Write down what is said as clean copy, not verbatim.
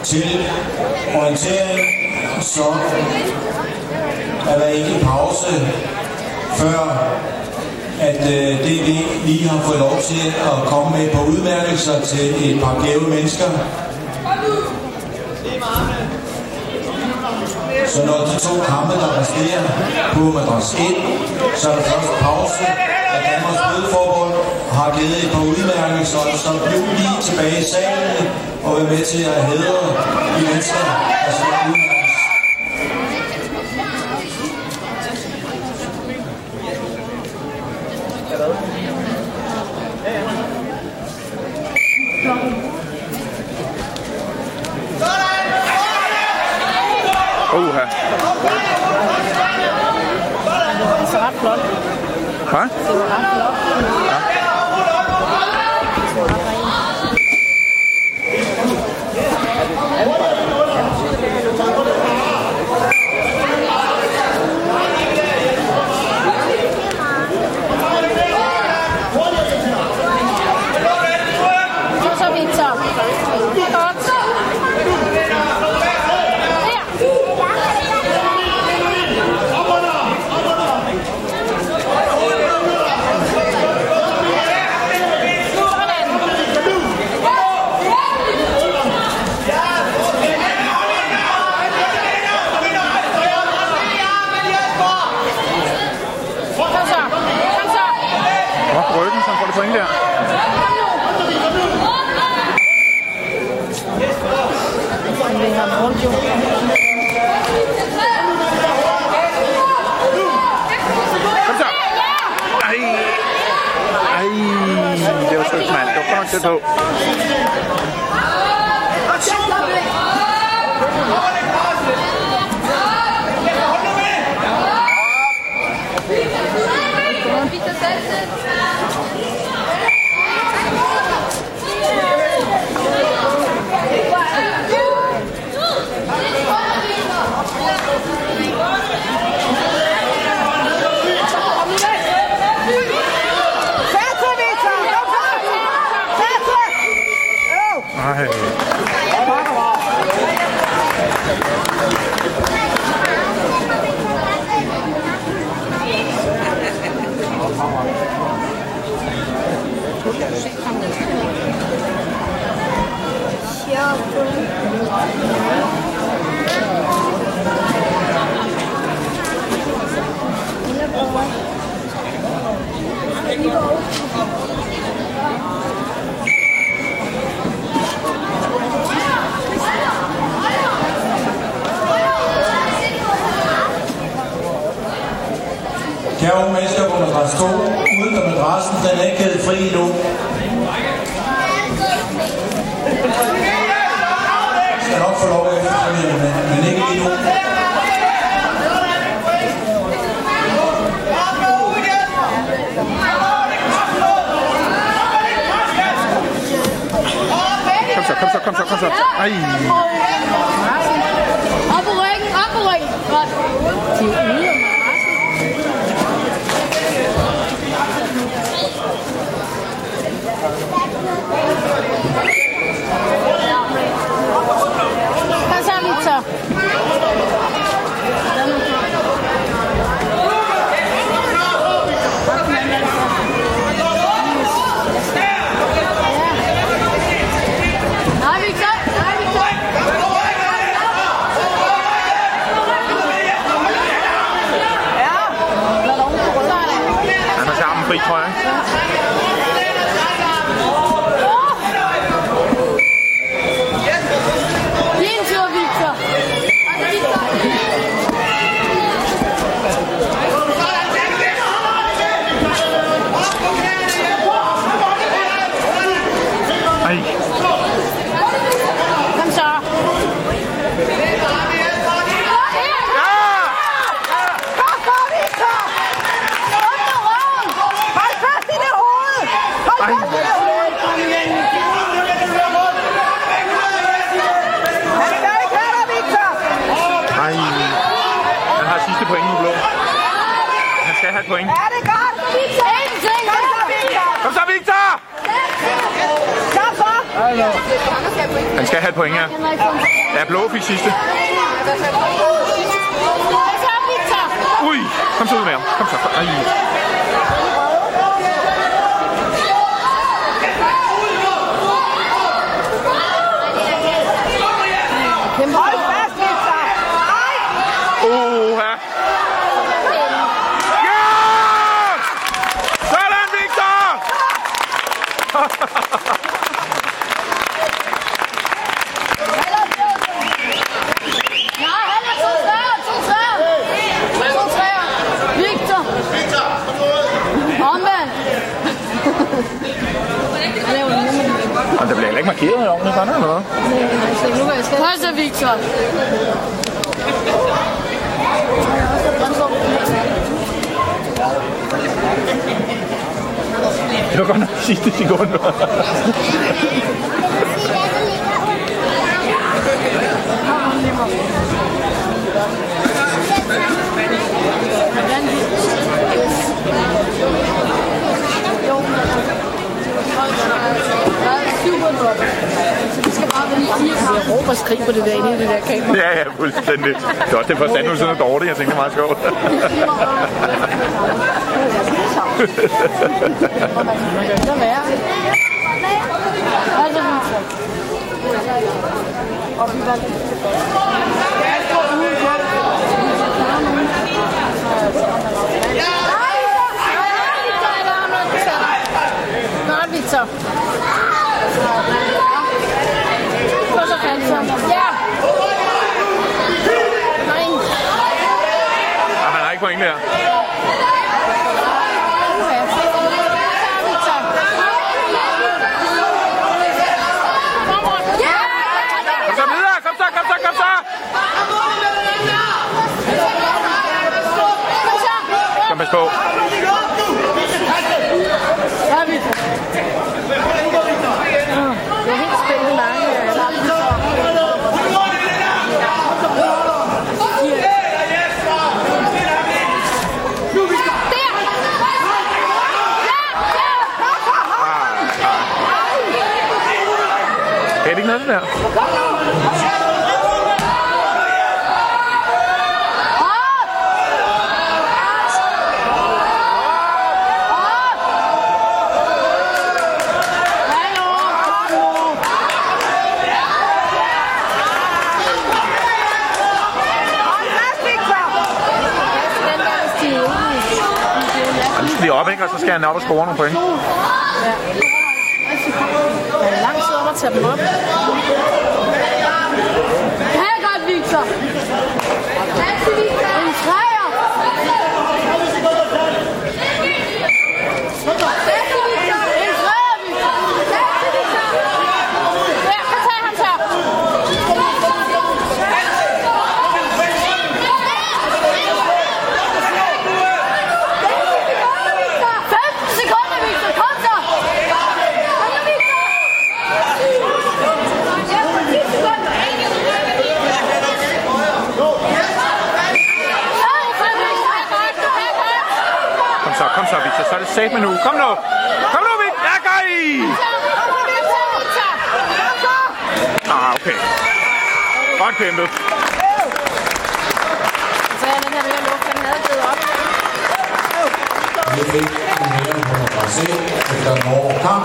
til orientering, så er der ikke pause, før at DV lige har fået lov til at komme med et par udmærkelser til et par gave mennesker. Så når de to kampe, der resterer på madras 1, så er der først pause, at Danmarks Bødeforbund har givet et par udmærkelser, så bliv lige tilbage i salen og være med til at hædre de mennesker, der skal udmærkes. Oha. Det er ret flot. Hvad? Det var ret flot. Ja. Så Victor. Godt. Ryggen, så får det point der. Vi har målt jo. Kom så! Ej! Ej! Det var trygt, mand. Det var godt tæt på. Ej. Kære unge mennesker på madras 2, uden af madrassen, den er ikke givet fri endnu. Jeg skal nok få lov efterfølgende, men ikke lige nu. Kom så. Ej. Op på ryggen. Godt. De er ude af Kom så, Victor. Fri, tror jeg. Din tur, Victor. Ej. Kom så. Han har sidste point nu, Blå. Han skal have et point. Er det godt? Kom så, Victor! Kom så, Victor! Så! Han skal have et point her. Ja, blå fik sidste. Ui, kom så ud med ham. Kom så. Ej. Oha! Ja! Sådan, Victor! Og der bliver ikke markeret i ovnen, eller hvad? Hold så, Victor. Det var godt nok sidste sekund. Jeg råber og skriger på det der inde i det der kamera. Ja, fuldstændig. Det er også det forstand, nu sådan noget dårligt. Jeg tænker, det er meget sjovt. Victor. Ja. Nej. Han har ikke point der. Kom så videre, kom så. Kom pas på. Ja, Victor. Det er helt spændende mange. Er det ikke noget der? Lige op, ikke? Og så skal han op og score nogle point. Ja. Han er lang tid om at tage dem op. Her godt, Victor. En træer. En træer, Victor. Ja, så tager han så. Kom så, Victor. Så er det sat med nu. Kom nu, Victor. Ja, gør I! Okay. Godt kæmpet. Så er den her ved at lukke, den havde givet op. Vi fik en mere, hvor man kan se, efter en år kamp.